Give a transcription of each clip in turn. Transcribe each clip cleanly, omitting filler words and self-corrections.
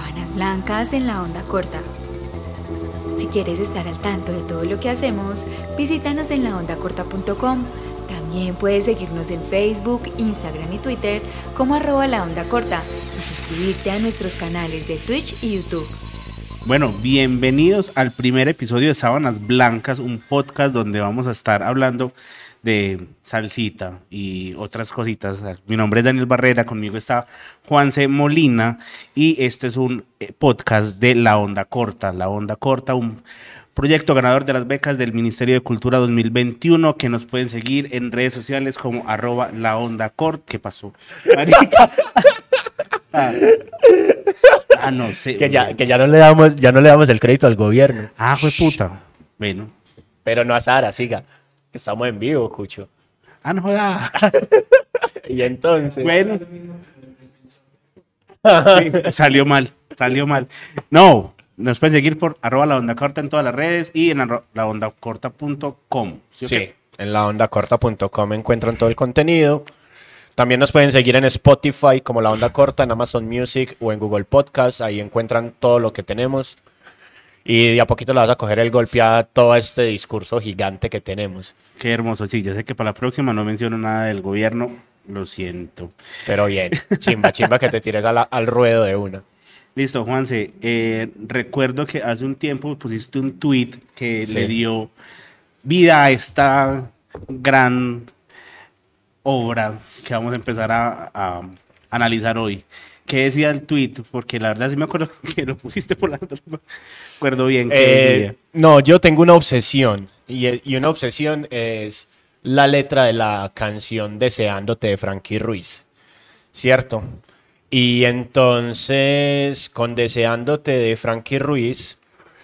Sábanas Blancas en la Onda Corta. Si quieres estar al tanto de todo lo que hacemos, visítanos en laondacorta.com. También puedes seguirnos en Facebook, Instagram y Twitter como @laondacorta y suscribirte a nuestros canales de Twitch y YouTube. Bueno, bienvenidos al primer episodio de Sábanas Blancas, un podcast donde vamos a estar hablando de salsita y otras cositas. Mi nombre es Daniel Barrera, conmigo está Juanse Molina y este es un podcast de La Onda Corta. La Onda Corta, un proyecto ganador de las becas del Ministerio de Cultura 2021, que nos pueden seguir en redes sociales como @laondacort. ¿Qué pasó? Marica. No sé. Que ya no le damos el crédito al gobierno. Fue puta. Bueno. Pero no a Sara, siga. Que estamos en vivo, Cucho. No joda. Y entonces. Bueno. Sí, salió mal. No, nos pueden seguir por @laondacorta en todas las redes y en laondacorta.com. Sí, en laondacorta.com encuentran todo el contenido. También nos pueden seguir en Spotify como La Onda Corta, en Amazon Music o en Google Podcast. Ahí encuentran todo lo que tenemos. Y de a poquito le vas a coger el golpe a todo este discurso gigante que tenemos. Qué hermoso. Sí, yo sé que para la próxima no menciono nada del gobierno. Lo siento. Pero bien, chimba que te tires al ruedo de una. Listo, Juanse. Recuerdo que hace un tiempo pusiste un tweet que le dio vida a esta gran obra que vamos a empezar a analizar hoy. ¿Qué decía el tweet? Porque la verdad sí me acuerdo que lo pusiste por la otra. No me acuerdo bien qué decía. No, yo tengo una obsesión. Y una obsesión es la letra de la canción Deseándote de Frankie Ruiz. ¿Cierto? Y entonces, con Deseándote de Frankie Ruiz,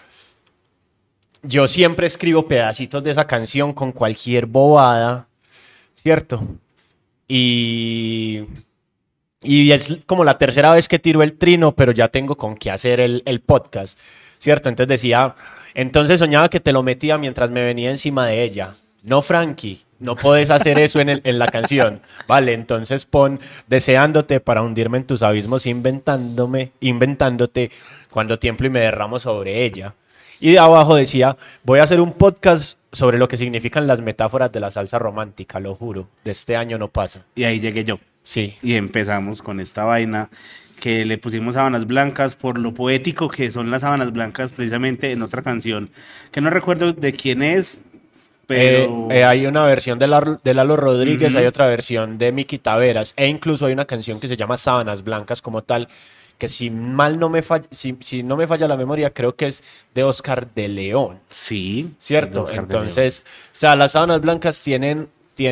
yo siempre escribo pedacitos de esa canción con cualquier bobada. ¿Cierto? Y es como la tercera vez que tiro el trino, pero ya tengo con qué hacer el podcast, ¿cierto? Entonces decía, entonces soñaba que te lo metía mientras me venía encima de ella. No, Frankie, no puedes hacer eso en la canción. Vale, entonces pon Deseándote para hundirme en tus abismos, inventándote cuando tiemblo y me derramo sobre ella. Y de abajo decía, voy a hacer un podcast sobre lo que significan las metáforas de la salsa romántica, lo juro, de este año no pasa. Y ahí llegué yo. Sí. Y empezamos con esta vaina que le pusimos Sábanas Blancas por lo poético que son las sábanas blancas, precisamente en otra canción, que no recuerdo de quién es, pero... hay una versión de Lalo Rodríguez, hay otra versión de Miki Taveras, e incluso hay una canción que se llama Sábanas Blancas como tal, que si no me falla la memoria, creo que es de Oscar de León. Sí. ¿Cierto? Entonces, o sea, las sábanas blancas tienen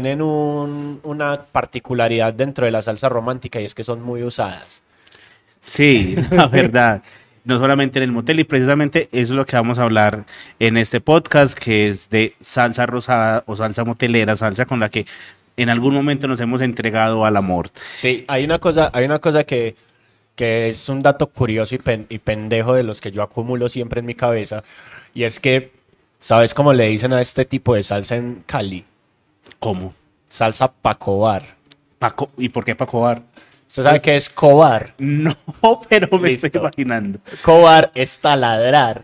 una particularidad dentro de la salsa romántica y es que son muy usadas. Sí, la verdad. No solamente en el motel, y precisamente eso es lo que vamos a hablar en este podcast, que es de salsa rosada o salsa motelera, salsa con la que en algún momento nos hemos entregado al amor. Sí, hay una cosa que es un dato curioso y pendejo de los que yo acumulo siempre en mi cabeza, y es que, ¿sabes cómo le dicen a este tipo de salsa en Cali? ¿Cómo? Salsa pacobar. ¿Y por qué pacobar? ¿Usted sabe qué es cobar? No, pero me Listo. estoy imaginando. Cobar es taladrar.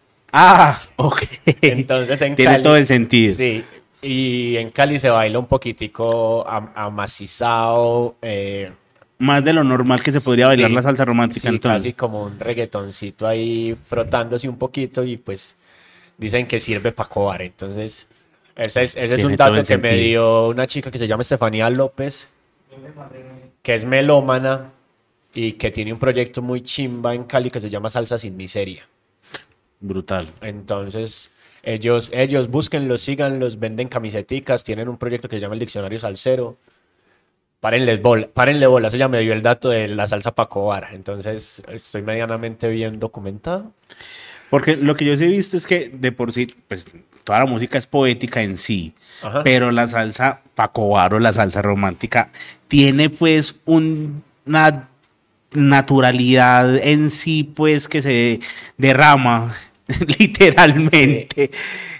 Ok. Entonces en Tiene Cali, todo el sentido. Sí, y en Cali se baila un poquitico amacizado. Más de lo normal que se podría bailar la salsa romántica, sí, entonces. casi como un reggaetoncito ahí frotándose un poquito y pues dicen que sirve para cobar. Entonces, ese es un dato que me dio una chica que se llama Estefanía López, que es melómana y que tiene un proyecto muy chimba en Cali que se llama Salsa Sin Miseria. Brutal. Entonces, ellos búsquenlos, síganlos, venden camiseticas, tienen un proyecto que se llama El Diccionario Salsero. Párenle bola, eso ya me dio el dato de la salsa pacobar. Entonces, estoy medianamente bien documentado. Porque lo que yo sí he visto es que de por sí, pues toda la música es poética en sí, Ajá. pero la salsa pacobar o la salsa romántica tiene pues una naturalidad en sí, pues que se derrama literalmente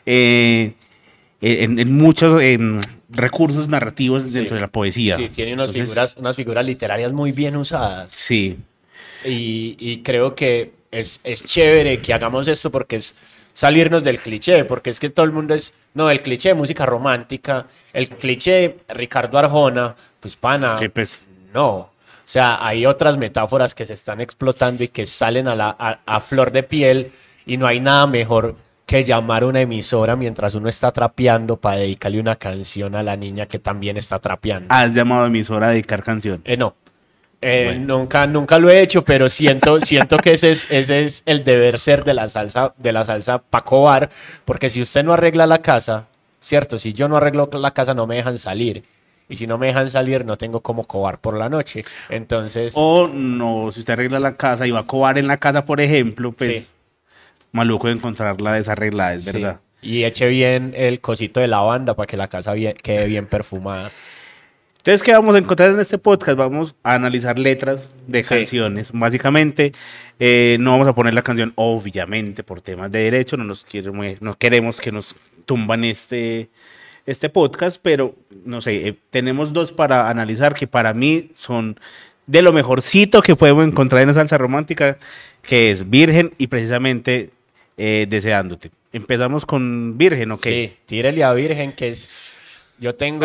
en muchos recursos narrativos dentro de la poesía. Sí, tiene unas figuras literarias muy bien usadas. Sí. y creo que es chévere que hagamos esto porque es salirnos del cliché, porque es que todo el mundo es, no, el cliché de música romántica, el cliché Ricardo Arjona, pues pana, Sí, pues, no. O sea, hay otras metáforas que se están explotando y que salen a flor de piel y no hay nada mejor que llamar a una emisora mientras uno está trapeando para dedicarle una canción a la niña que también está trapeando. has llamado a emisora a dedicar canción. No. Bueno. Nunca lo he hecho, pero siento que ese es el deber ser de la salsa Pacobar, porque si usted no arregla la casa, cierto, si yo no arreglo la casa no me dejan salir. Y si no me dejan salir, no tengo cómo cobar por la noche. Entonces, O no, si usted arregla la casa y va a cobar en la casa, por ejemplo, pues Sí. maluco de encontrarla desarreglada, es sí. verdad. Y eche bien el cosito de lavanda para que la casa quede bien perfumada. Entonces, ¿qué vamos a encontrar en este podcast? Vamos a analizar letras de Sí. canciones. Básicamente, no vamos a poner la canción, obviamente, por temas de derecho. No queremos que nos tumban este podcast, pero no sé, tenemos dos para analizar que para mí son de lo mejorcito que podemos encontrar en la salsa romántica, que es Virgen y precisamente Deseándote. Empezamos con Virgen, ¿ok? Sí, tírele a Virgen, que es... Yo tengo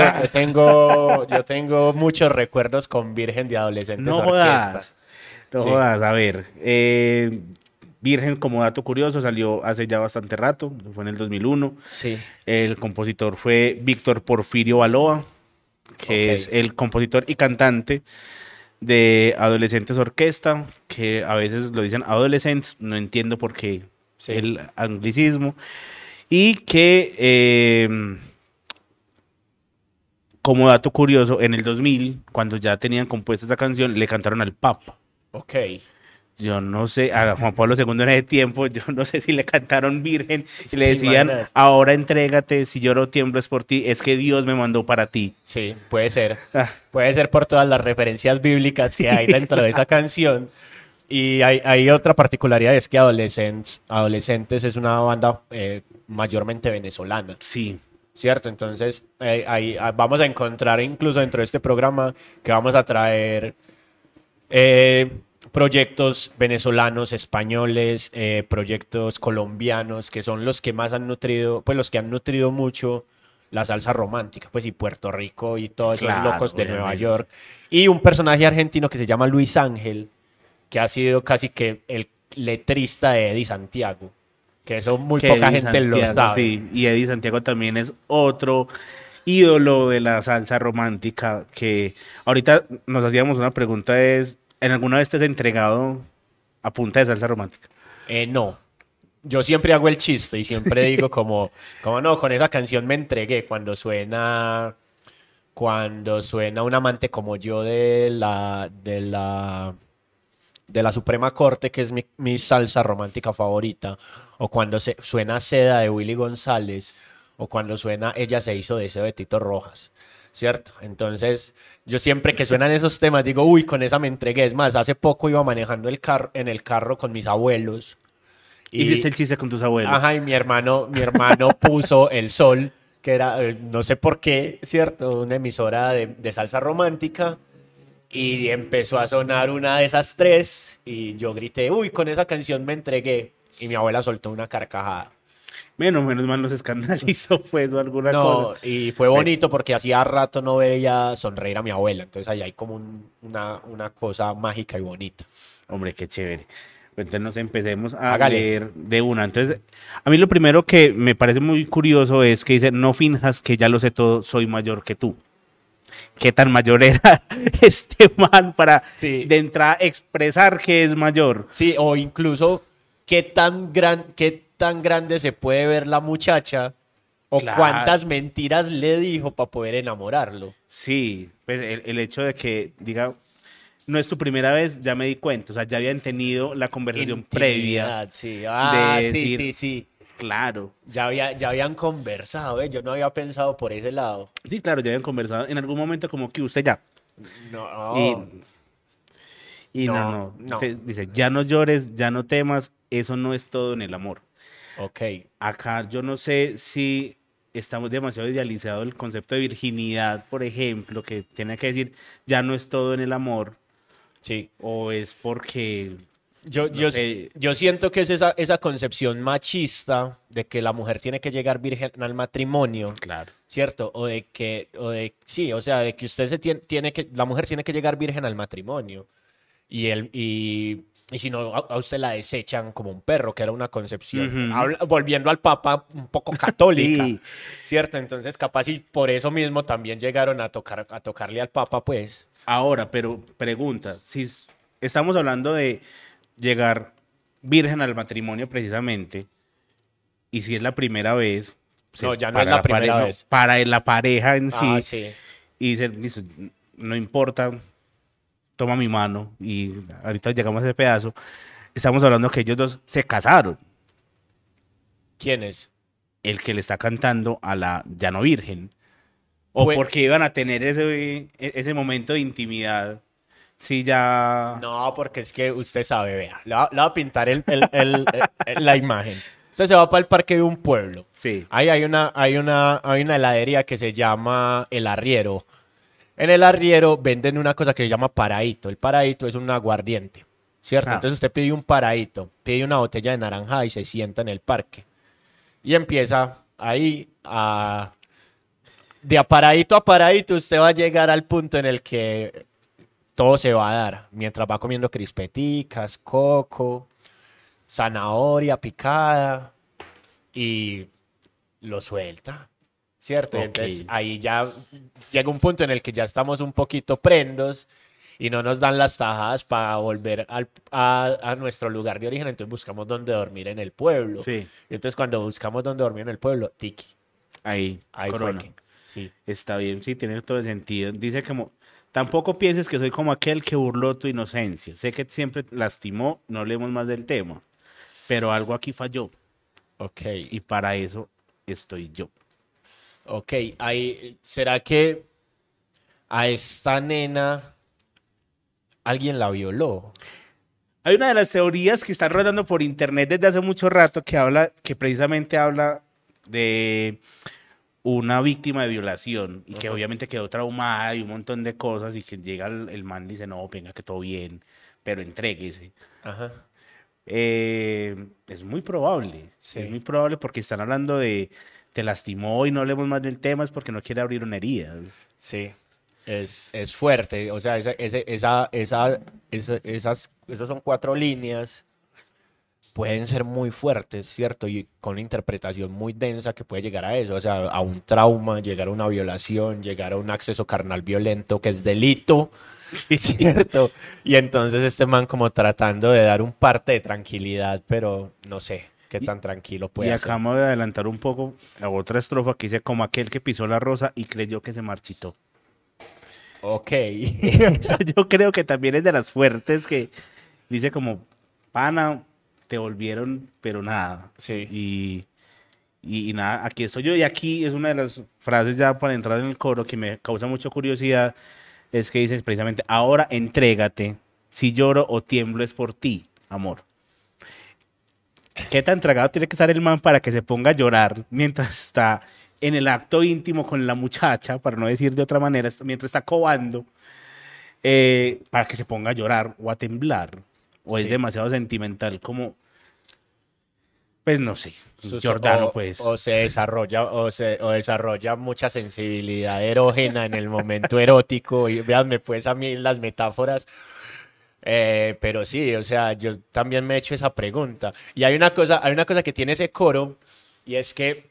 muchos recuerdos con Virgen de adolescentes No orquesta. jodas. No Sí. jodas. A ver, Virgen, como dato curioso, salió hace ya bastante rato, fue en el 2001. Sí, El compositor fue Víctor Porfirio Baloa, que Ok. es el compositor y cantante de Adolescentes Orquesta, que a veces lo dicen adolescentes, no entiendo por qué Sí. el anglicismo, y que como dato curioso, en el 2000, cuando ya tenían compuesta esa canción, le cantaron al Papa. ok. Yo no sé, a Juan Pablo II en ese tiempo, yo no sé si le cantaron Virgen y le ¿Te decían, imaginas? ahora entrégate, si lloro tiemblo es por ti, es que Dios me mandó para ti. Sí, puede ser. Ah. Puede ser por todas las referencias bíblicas que hay dentro de esa canción. Y hay otra particularidad, es que Adolescentes es una banda mayormente venezolana, Sí, ¿cierto? Entonces, vamos a encontrar incluso dentro de este programa que vamos a traer proyectos venezolanos, españoles, proyectos colombianos, que son los que más han nutrido, pues los que han nutrido mucho la salsa romántica, pues y Puerto Rico y todos esos Claro, locos de Nueva obviamente. York. Y un personaje argentino que se llama Luis Ángel, que ha sido casi que el letrista de Eddie Santiago, que eso muy que poca Eddie gente lo Santiago, sabe. sí, y Eddie Santiago también es otro ídolo de la salsa romántica, que ahorita nos hacíamos una pregunta, es, ¿en alguna vez te has entregado a punta de salsa romántica? No. Yo siempre hago el chiste y siempre digo como no, con esa canción me entregué cuando suena un amante como yo de la Suprema Corte, que es mi salsa romántica favorita, o cuando suena Seda de Willy González, o cuando suena Ella se hizo deseo de Tito Rojas, ¿cierto? Entonces, yo siempre que suenan esos temas digo, uy, con esa me entregué. Es más, hace poco iba manejando en el carro con mis abuelos. Hiciste el chiste con tus abuelos. Ajá, y mi hermano puso El Sol, que era, no sé por qué, ¿cierto? Una emisora de salsa romántica. Y empezó a sonar una de esas tres. Y yo grité, uy, con esa canción me entregué. Y mi abuela soltó una carcajada. Menos mal nos escandalizó, pues, o alguna No, cosa. y fue bonito porque hacía rato no veía sonreír a mi abuela. Entonces ahí hay como una cosa mágica y bonita. Hombre, qué chévere. Entonces nos empecemos a Hágale. leer de una. Entonces, a mí lo primero que me parece muy curioso es que dice, no finjas que ya lo sé todo, soy mayor que tú. ¿Qué tan mayor era este man para Sí. de entrada expresar que es mayor? Sí, o incluso qué tan grande se puede ver la muchacha o Claro. cuántas mentiras le dijo para poder enamorarlo. Sí, pues el hecho de que diga, no es tu primera vez, ya me di cuenta. O sea, ya habían tenido la conversación previa. Intimidad, sí. Ah, de sí, decir- sí, sí. Claro. Ya habían conversado, ¿eh? Yo no había pensado por ese lado. Sí, claro, ya habían conversado en algún momento como que usted ya. No. Y no, No, no. no. Dice, ya no llores, ya no temas, eso no es todo en el amor. Ok. Acá yo no sé si estamos demasiado idealizados el concepto de virginidad, por ejemplo, que tiene que decir, ya no es todo en el amor, Sí. ¿O es porque Yo, no yo, sé? yo siento que es esa concepción machista de que la mujer tiene que llegar virgen al matrimonio, Claro. ¿cierto? Sí, o sea, de que usted la mujer tiene que llegar virgen al matrimonio. Y si no, a usted la desechan como un perro, que era una concepción. Ujú. Volviendo al Papa, un poco católica, Sí. ¿cierto? Entonces, capaz y por eso mismo también llegaron a tocarle al Papa, pues. Ahora, pero pregunta, si estamos hablando de llegar virgen al matrimonio precisamente, y si es la primera vez, No, ya no es la primera vez. para la pareja en Ah, sí, sí. y dice, "Listo, no importa, toma mi mano, y ahorita llegamos a ese pedazo, estamos hablando que ellos dos se casaron, ¿Quién es? el que le está cantando a la ya no virgen, o Pues- porque iban a tener ese momento de intimidad, si ya... No, porque es que usted sabe, vea, le va a pintar la imagen. Usted se va para el parque de un pueblo. Sí. Ahí hay una heladería que se llama El Arriero. En El Arriero venden una cosa que se llama paradito. El paradito es un aguardiente, ¿cierto? Ah. Entonces usted pide un paradito, pide una botella de naranja y se sienta en el parque. Y empieza ahí de paradito a paradito usted va a llegar al punto en el que todo se va a dar. Mientras va comiendo crispeticas, coco, zanahoria picada y lo suelta, ¿cierto? Ok. Entonces ahí ya llega un punto en el que ya estamos un poquito prendos y no nos dan las tajadas para volver a nuestro lugar de origen, entonces buscamos dónde dormir en el pueblo. Sí. Y entonces cuando buscamos dónde dormir en el pueblo, tiki, Ahí, ahí corona. fue que, sí. Está bien, sí, tiene todo el sentido. Dice como, tampoco pienses que soy como aquel que burló tu inocencia. Sé que siempre lastimó, no hablemos más del tema. Pero algo aquí falló Ok, y para eso estoy yo. ok, ahí, ¿será que a esta nena alguien la violó? Hay una de las teorías que están rodando por internet desde hace mucho rato que precisamente habla de una víctima de violación y que Ajá. obviamente quedó traumada y un montón de cosas y que llega el man y dice, no, venga, que todo bien, pero entréguese. Ajá. Es muy probable, Sí. es muy probable porque están hablando de te lastimó y no hablemos más del tema, es porque no quiere abrir una herida. Sí, es fuerte. O sea, esas son 4 líneas. Pueden ser muy fuertes, ¿cierto? Y con una interpretación muy densa que puede llegar a eso. O sea, a un trauma, llegar a una violación, llegar a un acceso carnal violento que es delito, ¿cierto? Y entonces este man como tratando de dar un parte de tranquilidad, pero no sé qué tan tranquilo Y puede ser. acabamos de adelantar un poco a otra estrofa que dice como aquel que pisó la rosa y creyó que se marchitó. Ok. Esa yo creo que también es de las fuertes que dice como, pana, te volvieron, pero nada. Sí. Y nada, aquí estoy yo. Y aquí es una de las frases ya para entrar en el coro que me causa mucha curiosidad. Es que dices precisamente, ahora entrégate. Si lloro o tiemblo es por ti, amor. ¿Qué tan tragado tiene que estar el man para que se ponga a llorar mientras está en el acto íntimo con la muchacha, para no decir de otra manera, mientras está cobando, para que se ponga a llorar o a temblar? ¿O es Sí. demasiado sentimental como, pues no sé, Giordano, pues? O se desarrolla, o desarrolla mucha sensibilidad erógena en el momento erótico. Y véanme pues a mí las metáforas. Pero sí, o sea, yo también me he hecho esa pregunta. Y hay una cosa que tiene ese coro, y es que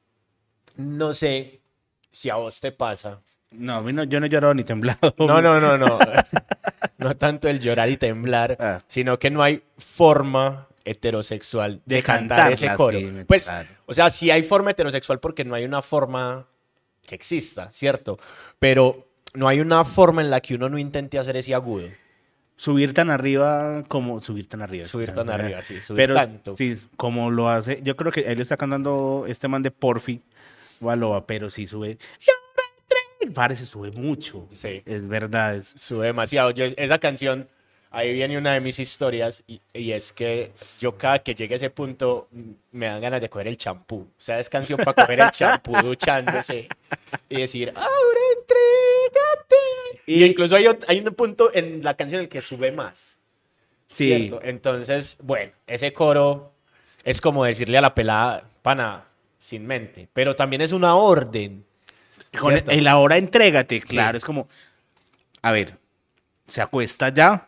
no sé si a vos te pasa. No, a mí no, yo no he llorado ni temblado. No, no, no, no. No tanto el llorar y temblar, Ah. sino que no hay forma heterosexual de cantar cantarla, ese coro. sí, Pues, claro. o sea, sí hay forma heterosexual porque no hay una forma que exista, ¿cierto? Pero no hay una forma en la que uno no intente hacer ese agudo. Subir tan arriba como subir tan arriba. Subir tan arriba, sí, subir Pero tanto. sí, como lo hace, yo creo que él lo está cantando este man de Porfi Baloa, pero sí sube. Parece sube mucho. Sí. Es verdad. Sube demasiado. Esa canción, ahí viene una de mis historias y es que yo cada que llegue a ese punto me dan ganas de coger el champú. O sea, es canción para coger el champú duchándose y decir, ahora entrégate. Y incluso hay un punto en la canción en el que sube más. Sí. ¿Cierto? Entonces, bueno, ese coro es como decirle a la pelada, pana, sin mente. Pero también es una orden. Con ¿cierto? el ahora entrégate, claro, Sí. es como, a ver, se acuesta ya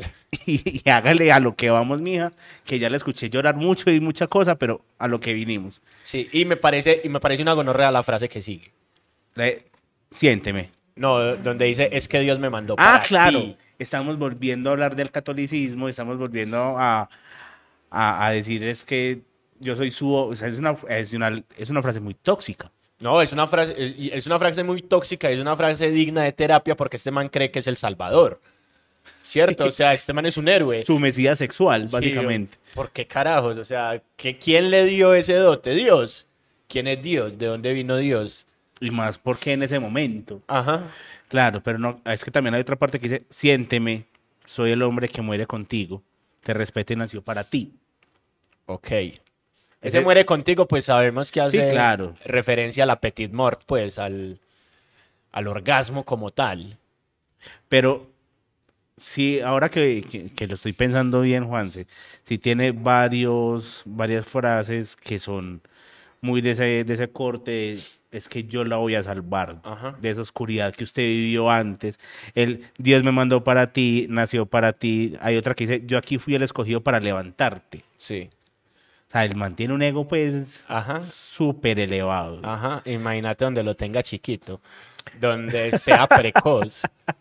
y hágale a lo que vamos, mija, que ya la escuché llorar mucho y mucha cosa, pero a lo que vinimos. Sí, y me parece una gonorrea la frase que sigue. Siénteme. No, donde dice, es que Dios me mandó Ah, para claro. ti. Estamos volviendo a hablar del catolicismo, estamos volviendo a decir es que yo soy su... O sea, es una frase muy tóxica. No, es una frase muy tóxica, es una frase digna de terapia porque este man cree que es el Salvador. ¿Cierto? Sí. O sea, este man es un héroe. Su mesías sexual, Sí, básicamente. ¿por qué carajos? O sea, ¿quién le dio ese dote? Dios. ¿Quién es Dios? ¿De dónde vino Dios? Y más porque en ese momento. Ajá. Claro, pero no, es que también hay otra parte que dice, siénteme, soy el hombre que muere contigo, te respeto y nació para ti. Ok. Ese- Ese muere contigo, pues sabemos que hace Sí, claro. referencia a la petite mort, pues al orgasmo como tal. Pero sí, ahora que lo estoy pensando bien, Juanse, sí tiene varias frases que son muy de ese corte, es que yo la voy a salvar Ajá. de esa oscuridad que usted vivió antes. El Dios me mandó para ti, nació para ti. Hay otra que dice, yo aquí fui el escogido para levantarte. Sí. O sea, él mantiene un ego pues Ajá. súper elevado. Ajá. Imagínate donde lo tenga chiquito. Donde sea precoz.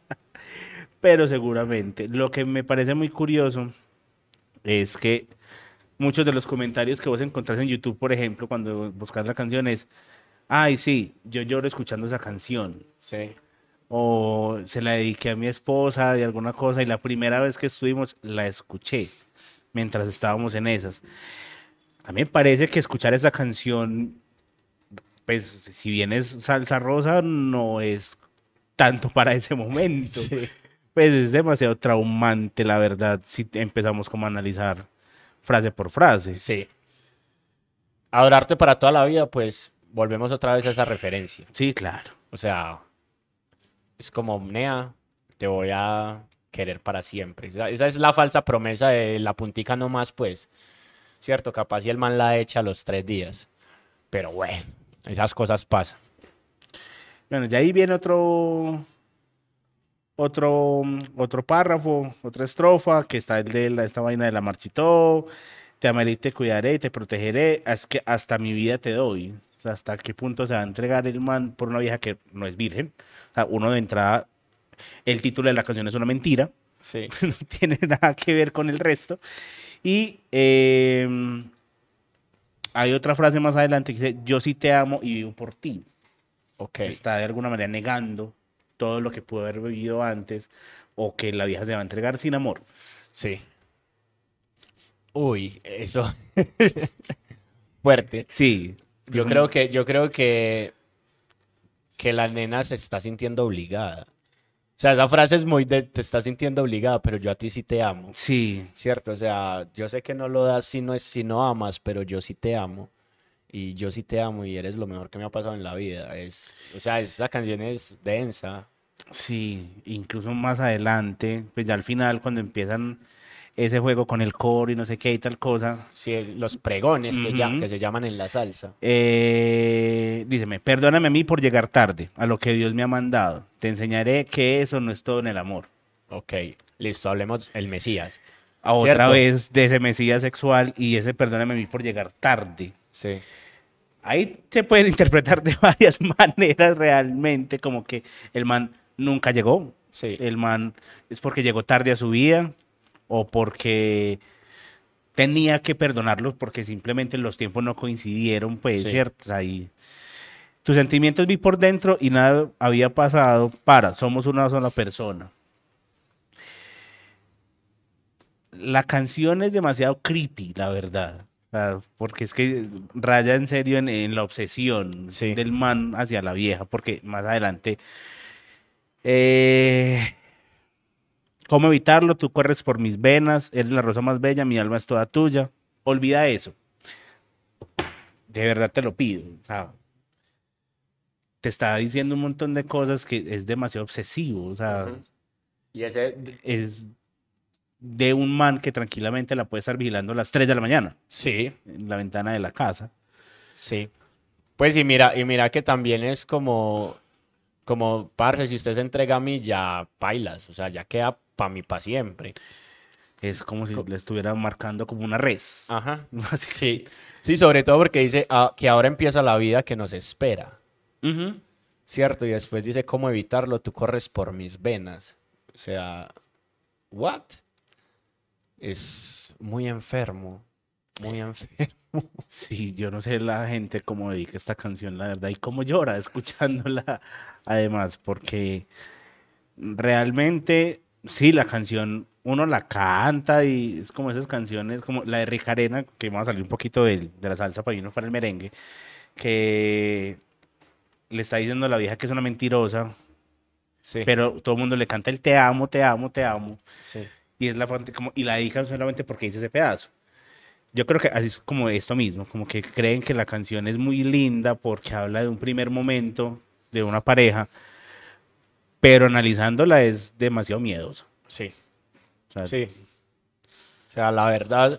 Pero seguramente, lo que me parece muy curioso es que muchos de los comentarios que vos encontrás en YouTube, por ejemplo, cuando buscas la canción es, ay, sí, yo lloro escuchando esa canción. Sí. O se la dediqué a mi esposa de alguna cosa y la primera vez que estuvimos la escuché mientras estábamos en esas. A mí me parece que escuchar esa canción, pues si bien es salsa rosa, no es tanto para ese momento. Sí. Pues es demasiado traumante, la verdad, si empezamos como a analizar frase por frase. Sí. Adorarte para toda la vida, pues volvemos otra vez a esa referencia. Sí, claro. O sea, es como, Nea, te voy a querer para siempre. Esa es la falsa promesa de la puntica nomás, pues. Cierto, capaz si el man la echa a los 3 días. Pero bueno, esas cosas pasan. Bueno, ya ahí viene otro párrafo, otra estrofa, que está el de esta vaina de la marchitó, te amaré y te cuidaré y te protegeré, es que hasta mi vida te doy. O sea, hasta qué punto se va a entregar el man por una vieja que no es virgen. O sea, uno de entrada, el título de la canción es una mentira, Sí. no tiene nada que ver con el resto. Y hay otra frase más adelante que dice, yo sí te amo y vivo por ti. Ok. Está de alguna manera negando todo lo que pudo haber vivido antes o que la vieja se va a entregar sin amor. Sí. Uy, eso. Fuerte. Sí. Yo creo que la nena se está sintiendo obligada. O sea, esa frase es muy de te estás sintiendo obligada, pero yo a ti sí te amo. Sí, Cierto, o sea, yo sé que no lo das si no amas, pero yo sí te amo. Y yo sí te amo y eres lo mejor que me ha pasado en la vida. O sea, esa canción es densa. sí. Incluso más adelante, pues ya al final cuando empiezan ese juego con el coro y no sé qué y tal cosa, Sí, los pregones Ujú. que se llaman en la salsa. díceme, perdóname a mí por llegar tarde a lo que Dios me ha mandado. Te enseñaré que eso no es todo en el amor. Ok, listo, hablemos el Mesías. A otra ¿Cierto? vez de ese mesías sexual y ese perdóname a mí por llegar tarde. Sí, Ahí se pueden interpretar de varias maneras realmente, como que el man nunca llegó, sí. el man es porque llegó tarde a su vida o porque tenía que perdonarlos porque simplemente los tiempos no coincidieron, pues, Sí. ¿cierto? Ahí tus sentimientos vi por dentro y nada había pasado somos una sola persona. La canción es demasiado creepy, la verdad. O sea, porque es que raya en serio en la obsesión Sí. del man hacia la vieja, porque más adelante, eh, ¿cómo evitarlo? Tú corres por mis venas, eres la rosa más bella, mi alma es toda tuya. Olvida eso. De verdad te lo pido. O sea, te está diciendo un montón de cosas que es demasiado obsesivo, o sea, Y ese, es de un man que tranquilamente la puede estar vigilando a las 3 de la mañana sí, en la ventana de la casa. sí. Pues y mira que también es como, parce, si usted se entrega a mí, ya bailas, o sea, ya queda para mí para siempre. Es como si le estuviera marcando como una res. Ajá. Así. Sí, sí, sobre todo porque dice que ahora empieza la vida que nos espera, Ujú. ¿cierto? Y después dice, ¿cómo evitarlo? Tú corres por mis venas. O sea, ¿what? Es muy enfermo, muy enfermo. Sí, yo no sé la gente cómo dedica esta canción, la verdad, y cómo llora escuchándola, además, porque realmente, sí, la canción, uno la canta y es como esas canciones, como la de Rick Arena, que vamos a salir un poquito de la salsa para irnos para el merengue, que le está diciendo a la vieja que es una mentirosa, Sí, pero todo el mundo le canta el te amo, te amo, te amo, sí, y es la parte como, y la dedican solamente porque dice ese pedazo. Yo creo que así es como esto mismo, como que creen que la canción es muy linda porque habla de un primer momento de una pareja, pero analizándola es demasiado miedosa. sí, O sea, sí. O sea, la verdad,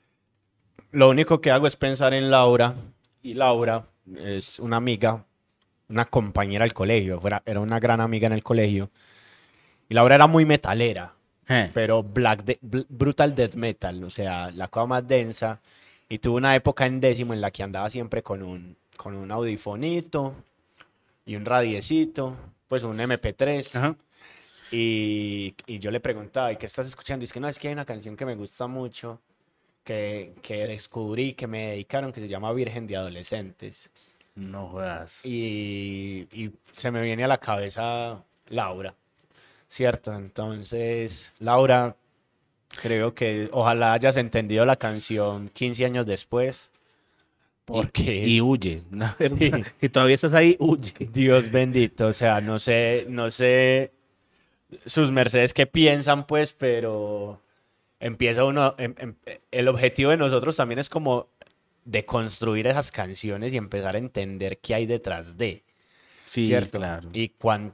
lo único que hago es pensar en Laura. Y Laura es una amiga, una compañera del colegio. Era una gran amiga en el colegio. Y Laura era muy metalera, eh, pero brutal death metal. O sea, la cosa más densa. Y tuvo una época en décimo en la que andaba siempre con un audifonito y un radiecito, pues un MP3. ajá. Y yo le preguntaba, ¿y qué estás escuchando? Y es que no, es que hay una canción que me gusta mucho, que descubrí, que me dedicaron, que se llama Virgen de Adolescentes. No jodas. Y se me viene a la cabeza Laura, ¿cierto? Entonces, Laura, creo que ojalá hayas entendido la canción 15 años después, porque Y huye. La verdad, Sí. si todavía estás ahí, huye. Dios bendito, o sea, no sé sus mercedes qué piensan, pues, pero empieza uno, el objetivo de nosotros también es como de construir esas canciones y empezar a entender qué hay detrás de, Sí, ¿cierto? claro. Y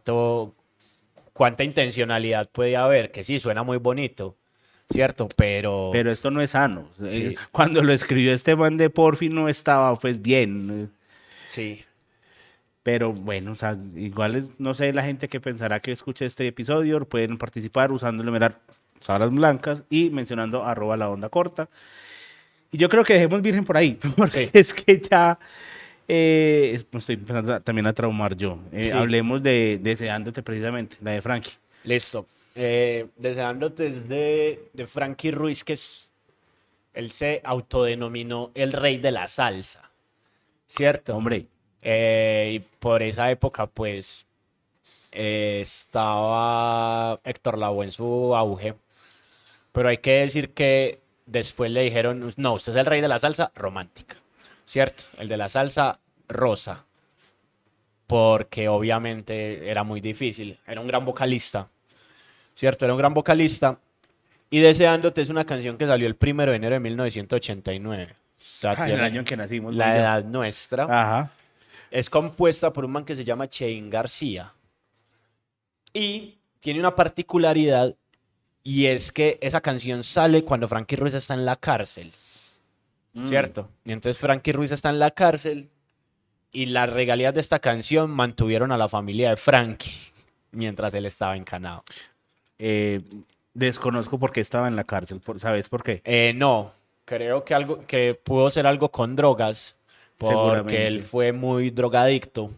cuánta intencionalidad puede haber, que sí, suena muy bonito, ¿cierto? Pero esto no es sano. Sí. Cuando lo escribió este man de Porfi no estaba pues bien. Sí, Pero bueno, o sea, igual no sé la gente que pensará que escuche este episodio, pueden participar usando el numeral Sábanas Blancas y mencionando @la onda corta. Y yo creo que dejemos Virgen por ahí, porque Sí. es que ya me estoy empezando también a traumar yo. Sí. Hablemos de Deseándote precisamente, la de Frankie. listo. Deseándote es de Frankie Ruiz, él se autodenominó el rey de la salsa, ¿cierto? Hombre, Y por esa época, pues, estaba Héctor Lavoe en su auge. Pero hay que decir que después le dijeron, no, usted es el rey de la salsa romántica, ¿cierto? El de la salsa rosa. Porque obviamente era muy difícil. Era un gran vocalista, ¿cierto? Era un gran vocalista. Y Deseándote es una canción que salió el 1 de enero de 1989. O sea, en el tiene año en que nacimos. la ¿no? Ya. edad nuestra. Ajá. Es compuesta por un man que se llama Cheín García. Y tiene una particularidad, y es que esa canción sale cuando Frankie Ruiz está en la cárcel, ¿cierto? Y entonces Frankie Ruiz está en la cárcel y las regalías de esta canción mantuvieron a la familia de Frankie mientras él estaba encanado. Desconozco por qué estaba en la cárcel, ¿sabes por qué? No, creo que pudo ser algo con drogas, porque Seguramente. él fue muy drogadicto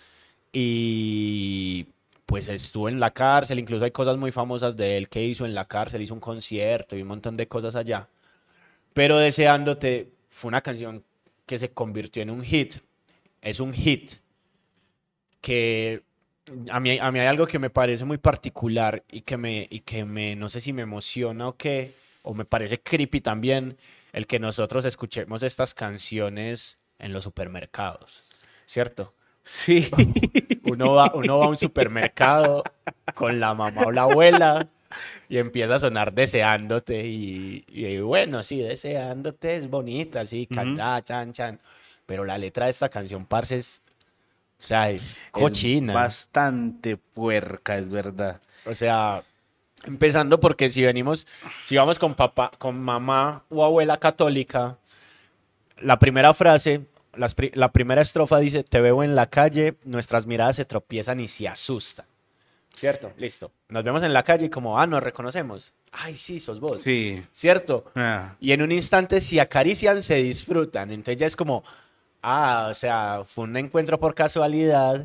y pues estuvo en la cárcel. Incluso hay cosas muy famosas de él que hizo en la cárcel, hizo un concierto y un montón de cosas allá. Pero Deseándote fue una canción que se convirtió en un hit. Es un hit que a mí hay algo que me parece muy particular y que me no sé si me emociona o qué, o me parece creepy también, el que nosotros escuchemos estas canciones en los supermercados, ¿cierto? Sí. Uno va a un supermercado con la mamá o la abuela y empieza a sonar Deseándote y bueno, sí, Deseándote es bonita, sí, canta, chan, chan. Pero la letra de esta canción, parce, es O sea, es cochina. Es bastante puerca, es verdad. O sea, empezando porque si vamos con papá, con mamá o abuela católica, la primera frase, la primera estrofa dice, te veo en la calle, nuestras miradas se tropiezan y se asustan. ¿Cierto? Listo. Nos vemos en la calle y como, nos reconocemos. Ay, sí, sos vos. Sí. ¿Cierto? Ah. Y en un instante se acarician, se disfrutan. Entonces ya es como, o sea, fue un encuentro por casualidad.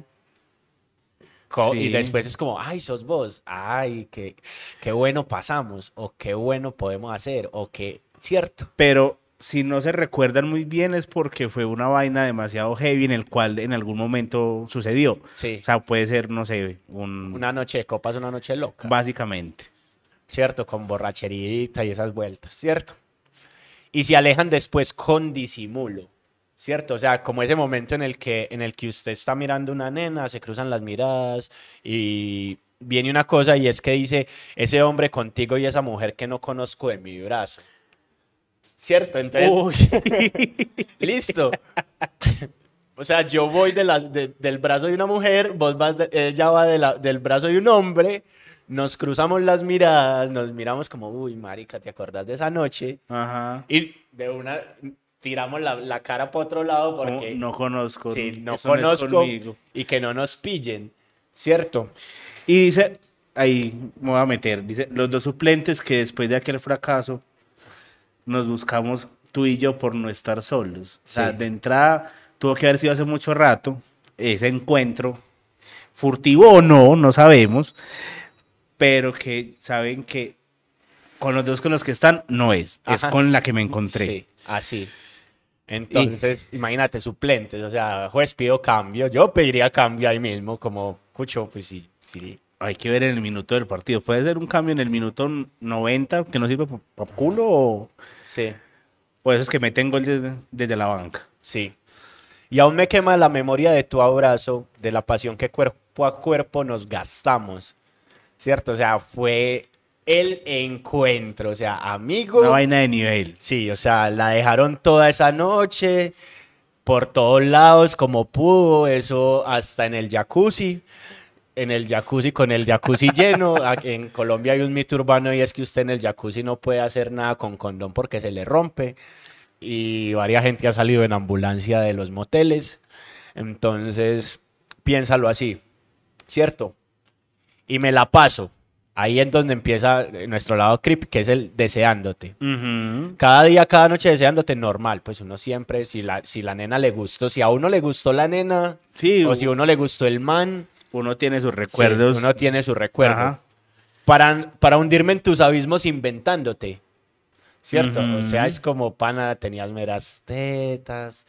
Sí. Y después es como, ay, sos vos. Ay, qué bueno pasamos. O qué bueno podemos hacer. O qué, ¿cierto? Pero si no se recuerdan muy bien es porque fue una vaina demasiado heavy en el cual en algún momento sucedió. Sí. O sea, puede ser, no sé, Una noche de copas, una noche loca. Básicamente. ¿Cierto? Con borracherita y esas vueltas, ¿cierto? Y se alejan después con disimulo, ¿cierto? O sea, como ese momento en el que usted está mirando una nena, se cruzan las miradas y viene una cosa y es que dice, ese hombre contigo y esa mujer que no conozco de mi brazo. ¿Cierto? Entonces, listo. O sea, yo voy del brazo de una mujer, ella va del brazo de un hombre, nos cruzamos las miradas, nos miramos como, uy, marica, ¿te acordás de esa noche? Ajá. Y de una tiramos la cara para otro lado porque... No conozco. Sí, no eso no es conozco conmigo. y que no nos pillen, ¿cierto? Y dice, ahí me voy a meter, dice, los dos suplentes que después de aquel fracaso nos buscamos tú y yo por no estar solos. O sea, Sí. de entrada tuvo que haber sido hace mucho rato ese encuentro, furtivo o no, no sabemos, pero que saben que con los dos con los que están no es Ajá. con la que me encontré. Sí, así. Entonces, imagínate, suplentes, o sea, juez, pido cambio, yo pediría cambio ahí mismo, como, cucho, pues sí. Hay que ver en el minuto del partido. Puede ser un cambio en el minuto 90 que no sirve para culo Sí, o esos que meten gol desde la banca. sí. Y aún me quema la memoria de tu abrazo, de la pasión que cuerpo a cuerpo nos gastamos, ¿cierto? O sea, fue el encuentro, o sea, amigo. Una vaina de nivel. Sí, o sea, la dejaron toda esa noche, por todos lados, como pudo, eso hasta en el jacuzzi con el jacuzzi lleno. En Colombia hay un mito urbano y es que usted en el jacuzzi no puede hacer nada con condón porque se le rompe. Y varias gente ha salido en ambulancia de los moteles. Entonces, piénsalo así, ¿cierto? Y me la paso. Ahí es donde empieza nuestro lado creep, que es el deseándote. Uh-huh. Cada día, cada noche deseándote normal. Pues uno siempre, si la nena le gustó, si a uno le gustó la nena, Sí, o si a uno le gustó el man, uno tiene sus recuerdos. sí, uno tiene su recuerdo. Ajá. Para hundirme en tus abismos inventándote, ¿cierto? Ujú. O sea, es como, pana, tenías meras tetas,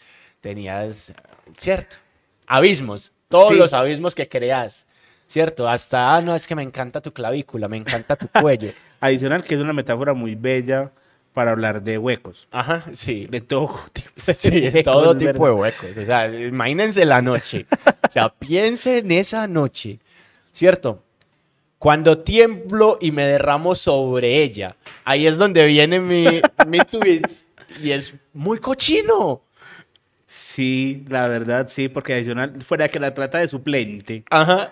¿cierto? Abismos, todos Sí. los abismos que creas, ¿cierto? Hasta, no, es que me encanta tu clavícula, me encanta tu cuello. Adicional, que es una metáfora muy bella para hablar de huecos. Ajá, sí. De todo tipo Sí, de huecos, todo es tipo de verdad. huecos. O sea, imagínense la noche. O sea, piensen en esa noche, ¿cierto? Cuando tiemblo y me derramo sobre ella. Ahí es donde viene mi tweet. Y es muy cochino. Sí, la verdad, sí, porque adicional, fuera de que la trata de suplente, Ajá.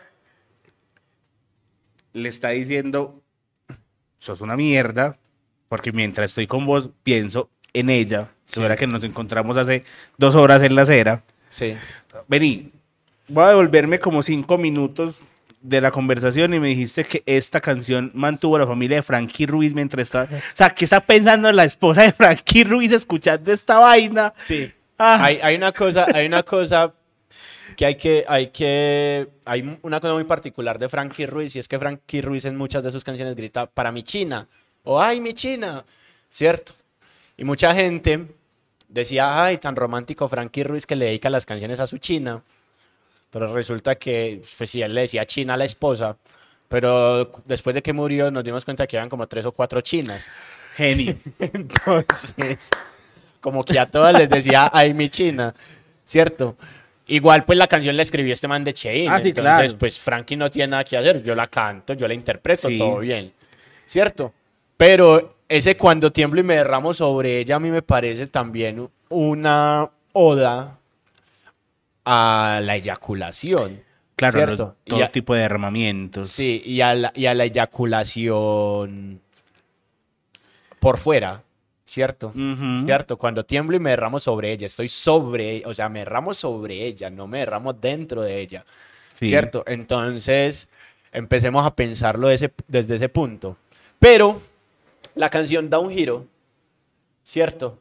le está diciendo, sos una mierda, porque mientras estoy con vos, pienso en ella, que Sí. fuera que nos encontramos hace 2 horas en la acera. Sí. Vení, voy a devolverme como 5 minutos de la conversación y me dijiste que esta canción mantuvo a la familia de Frankie Ruiz mientras estaba... O sea, ¿qué está pensando la esposa de Frankie Ruiz escuchando esta vaina? Sí. Ah. Hay una cosa que hay una cosa muy particular de Frankie Ruiz, y es que Frankie Ruiz en muchas de sus canciones grita para mi China o ay mi China, ¿cierto? Y mucha gente decía, ay, tan romántico Frankie Ruiz que le dedica las canciones a su China, pero resulta que, pues sí, él le decía China a la esposa, pero después de que murió nos dimos cuenta que eran como 3 o 4 chinas. Genio. Entonces, como que a todas les decía, ay, mi China, ¿cierto? Igual, pues, la canción la escribió este man de Chein. Ah, sí, entonces, claro. pues, Frankie no tiene nada que hacer. Yo la canto, yo la interpreto, Sí. todo bien, ¿cierto? Pero ese cuando tiemblo y me derramo sobre ella, a mí me parece también una oda a la eyaculación. Claro, ¿cierto? todo tipo de derramamientos. Sí, y a la eyaculación por fuera, ¿cierto? Ujú. ¿Cierto? Cuando tiemblo y me derramo sobre ella, estoy sobre, o sea, me derramo sobre ella, no me derramo dentro de ella, Sí. ¿cierto? Entonces, empecemos a pensarlo desde ese punto. Pero la canción da un giro, ¿cierto?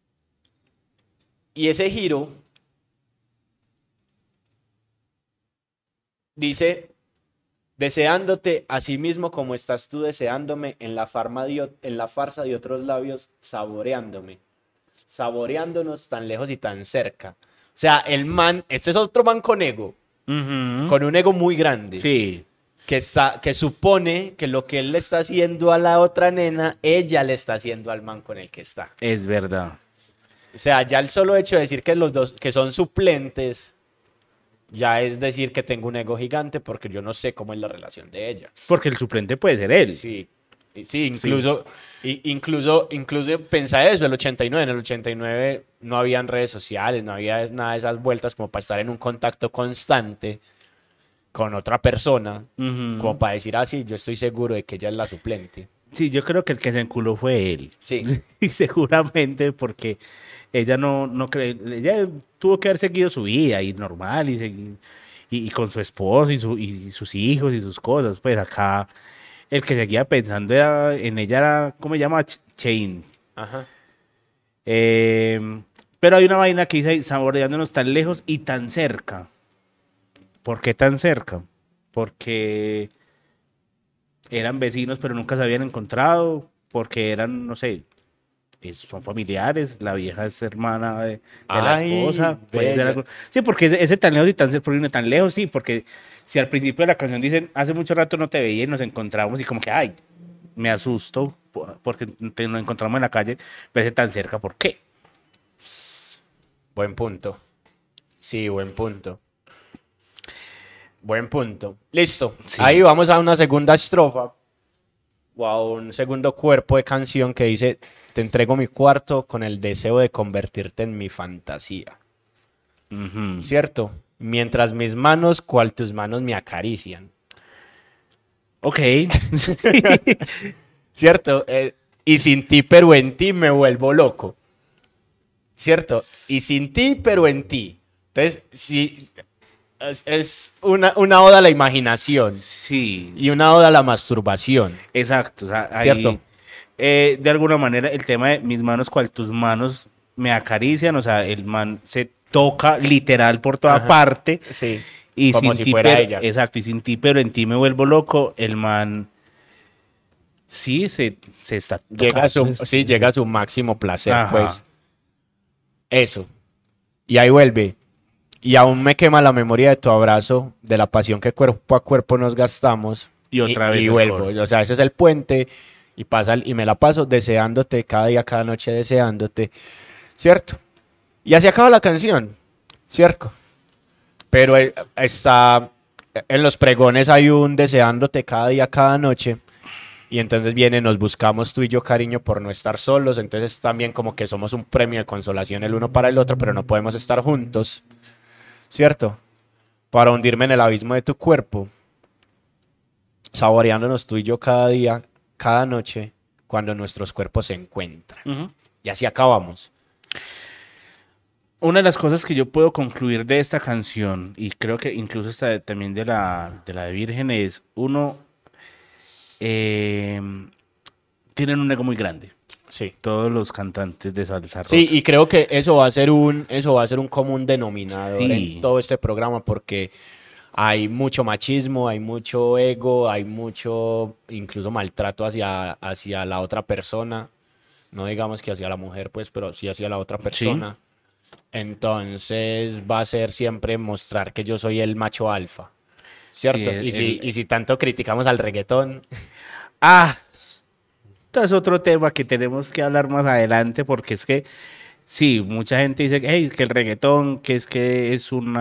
Y ese giro dice, deseándote a sí mismo como estás tú deseándome en la farsa de otros labios, saboreándonos tan lejos y tan cerca. O sea, el man, este es otro man con ego, Ujú. con un ego muy grande, Sí, que supone que lo que él le está haciendo a la otra nena, ella le está haciendo al man con el que está. es verdad. O sea, ya el solo hecho de decir que los dos, que son suplentes, ya es decir que tengo un ego gigante porque yo no sé cómo es la relación de ella. Porque el suplente puede ser él. Sí, sí, incluso pensá eso, en el 89 no habían redes sociales, no había nada de esas vueltas como para estar en un contacto constante con otra persona, Ujú. como para decir así, yo estoy seguro de que ella es la suplente. Sí, yo creo que el que se enculó fue él. Sí. Y seguramente porque ella no cree, ella tuvo que haber seguido su vida y normal y con su esposo y sus hijos y sus cosas. Pues acá el que seguía pensando en ella era, ¿cómo se llama? Chain. Ajá. Pero hay una vaina que dice ahí, saboreándonos tan lejos y tan cerca. ¿Por qué tan cerca? Porque eran vecinos pero nunca se habían encontrado, porque eran, no sé, son familiares, la vieja es hermana de la Ay, esposa, puede ser bella. algo. Sí, porque ese tan lejos y tan cerca, porque tan lejos, sí, porque si al principio de la canción dicen, hace mucho rato no te veía y nos encontramos y como que, ay, me asusto porque nos encontramos en la calle, pero ese tan cerca, ¿por qué? Buen punto. Sí, buen punto. Buen punto. Listo. Sí. Ahí vamos a una segunda estrofa o a un segundo cuerpo de canción que dice, te entrego mi cuarto con el deseo de convertirte en mi fantasía. Ujú. ¿Cierto? Mientras mis manos, cual tus manos me acarician. Ok. ¿Cierto? Y sin ti, pero en ti me vuelvo loco. ¿Cierto? Y sin ti, pero en ti. Entonces, sí, es una oda a la imaginación Sí, y una oda a la masturbación. exacto. O sea, ahí, Cierto. de alguna manera, el tema de mis manos, cual tus manos me acarician, o sea, el man se toca literal por toda Ajá. parte. Sí. Y Como sin si ti, fuera ella. exacto, y sin ti, pero en ti me vuelvo loco, el man sí se está Llega a su, tocando. sí, llega a su máximo placer, Ajá. pues. Eso. Y ahí vuelve. Y aún me quema la memoria de tu abrazo, de la pasión que cuerpo a cuerpo nos gastamos. Y otra vez Y el vuelvo. coro. O sea, ese es el puente. Y pasa y me la paso deseándote cada día, cada noche deseándote. ¿Cierto? Y así acaba la canción. ¿Cierto? Pero está. En los pregones hay un deseándote cada día, cada noche. Y entonces viene, nos buscamos tú y yo, cariño, por no estar solos. Entonces también como que somos un premio de consolación el uno para el otro, pero no podemos estar juntos. ¿Cierto? Para hundirme en el abismo de tu cuerpo. Saboreándonos tú y yo cada día, cada noche, cuando nuestros cuerpos se encuentran. Ujú. Y así acabamos. Una de las cosas que yo puedo concluir de esta canción, y creo que incluso también de la de Virgen, es uno, tienen un ego muy grande. Sí. Todos los cantantes de salsa rosa. Sí, y creo que eso va a ser un común denominador Sí. en todo este programa porque hay mucho machismo, hay mucho ego, hay mucho incluso maltrato hacia la otra persona. No digamos que hacia la mujer, pues, pero sí hacia la otra persona. Entonces va a ser siempre mostrar que yo soy el macho alfa. ¿Cierto? Sí, y si tanto criticamos al reggaetón, Ah, esto es otro tema que tenemos que hablar más adelante porque es que, sí, mucha gente dice hey, que el reggaetón, que es un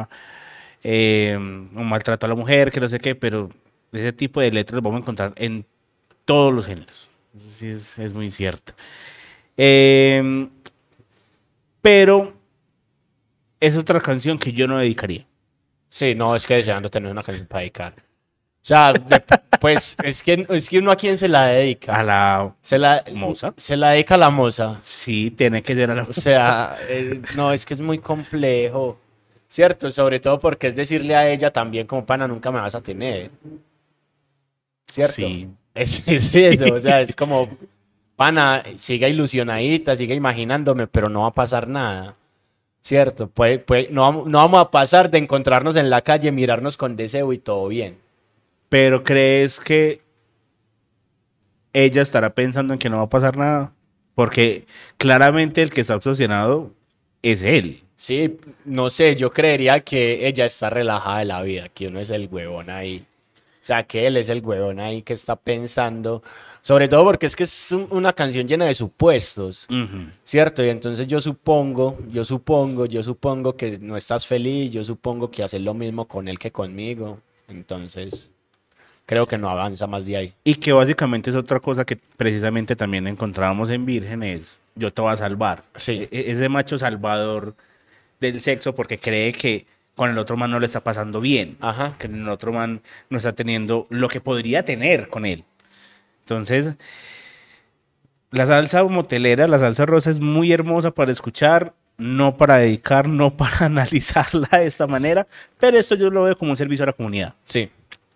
maltrato a la mujer, que no sé qué, pero ese tipo de letras lo vamos a encontrar en todos los géneros. Sí, es muy cierto. Pero es otra canción que yo no dedicaría. Sí, no, es que deseando tener una canción para dedicar. O sea, pues es que uno a quién se la dedica. A la moza. Se la dedica a la moza. Sí, tiene que ser a la O sea, no, es que es muy complejo. Cierto, sobre todo porque es decirle a ella también como pana, nunca me vas a tener. ¿Cierto? Sí. Es eso, o sea, es como pana, siga ilusionadita, siga imaginándome, pero no va a pasar nada. Cierto, no vamos a pasar de encontrarnos en la calle, mirarnos con deseo y todo bien. Pero ¿crees que ella estará pensando en que no va a pasar nada? Porque claramente el que está obsesionado es él. Sí, no sé, yo creería que ella está relajada de la vida, que uno es el huevón ahí. O sea, que él es el huevón ahí que está pensando. Sobre todo porque es que es una canción llena de supuestos, ¿cierto? Y entonces yo supongo que no estás feliz, yo supongo que haces lo mismo con él que conmigo. Entonces, creo que no avanza más de ahí. Y que básicamente es otra cosa que precisamente también encontrábamos en Virgen, es yo te voy a salvar. Sí. Ese macho salvador del sexo porque cree que con el otro man no le está pasando bien. Ajá. Que el otro man no está teniendo lo que podría tener con él. Entonces, la salsa motelera, la salsa rosa es muy hermosa para escuchar, no para dedicar, no para analizarla de esta manera, pero esto yo lo veo como un servicio a la comunidad. Sí.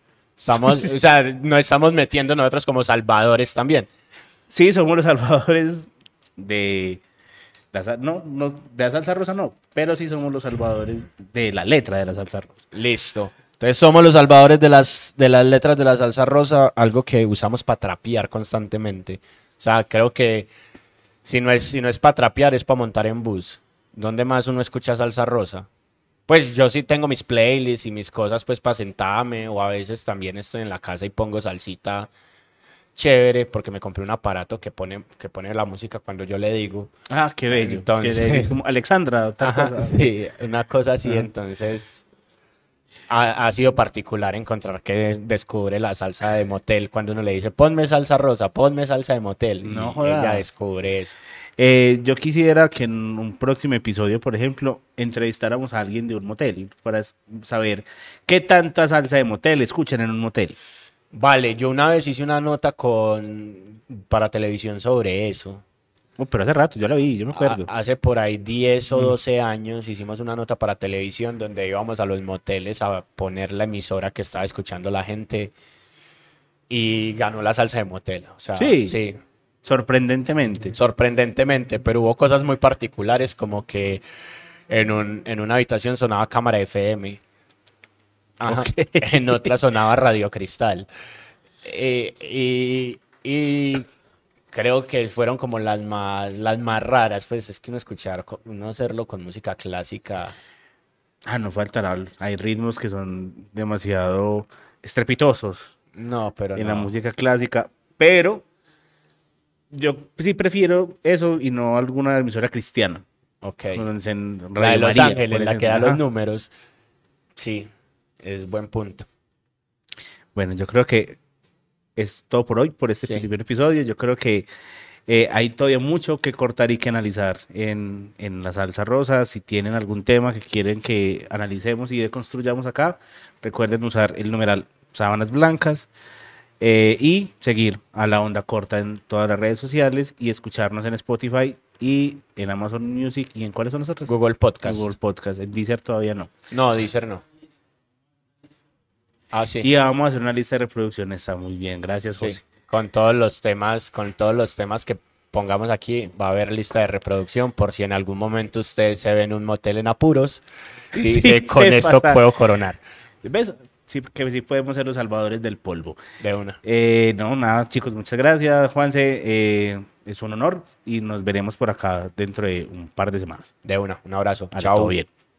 O sea, nos estamos metiendo nosotros como salvadores también. Sí, somos los salvadores de de la salsa rosa no, pero sí somos los salvadores de la letra de la salsa rosa. Listo. Entonces somos los salvadores de las letras de la salsa rosa, algo que usamos para trapear constantemente. O sea, creo que si no es para trapear, es para montar en bus. ¿Dónde más uno escucha salsa rosa? Pues yo sí tengo mis playlists y mis cosas pues para sentarme, o a veces también estoy en la casa y pongo salsita chévere porque me compré un aparato que pone la música cuando yo le digo. Ah, qué bello. Entonces, qué bello. Es como Alexandra, tal ajá, cosa. sí, una cosa así. Ajá. Entonces ha sido particular encontrar que descubre la salsa de motel cuando uno le dice ponme salsa rosa, ponme salsa de motel. No Y jodas. ella descubre eso. Yo quisiera que en un próximo episodio, por ejemplo, entrevistáramos a alguien de un motel para saber qué tanta salsa de motel escuchan en un motel. Vale, yo una vez hice una nota para televisión sobre eso. Oh, pero hace rato, yo la vi, yo me acuerdo. Hace por ahí 10 o 12 años hicimos una nota para televisión donde íbamos a los moteles a poner la emisora que estaba escuchando la gente y ganó la salsa de motel. O sea, sí. Sorprendentemente. Sorprendentemente, pero hubo cosas muy particulares como que en una habitación sonaba cámara FM. Ajá. Okay. En otra sonaba Radio Cristal. Y creo que fueron como las más raras. Pues es que uno hacerlo con música clásica. Ah, no faltará. Hay ritmos que son demasiado estrepitosos No, pero en no. la música clásica. Pero yo sí prefiero eso y no alguna emisora cristiana. Ok. En La Radio de Los María, Ángeles, por la que ejemplo. da los Ajá. números. Sí, es buen punto. Bueno, yo creo que es todo por hoy, por este Sí. primer episodio. Yo creo que hay todavía mucho que cortar y que analizar en la salsa rosa. Si tienen algún tema que quieren que analicemos y deconstruyamos acá, recuerden usar el numeral Sábanas Blancas y seguir a La Onda Corta en todas las redes sociales y escucharnos en Spotify y en Amazon Music. ¿Y en cuáles son nosotros? Google Podcast. Google Podcast. En Deezer todavía no. No, Deezer no. Ah, sí. Y vamos a hacer una lista de reproducción. Está muy bien. Gracias, Sí, José. con todos los temas que pongamos aquí, va a haber lista de reproducción por si en algún momento ustedes se ven en un motel en apuros y Sí, dice, con ¿qué esto pasa? puedo coronar. ¿Ves? Sí, que sí podemos ser los salvadores del polvo. De una. No, nada, chicos, muchas gracias, Juanse. Es un honor y nos veremos por acá dentro de un par de semanas. De una. Un abrazo. Vale, Chao. todo bien.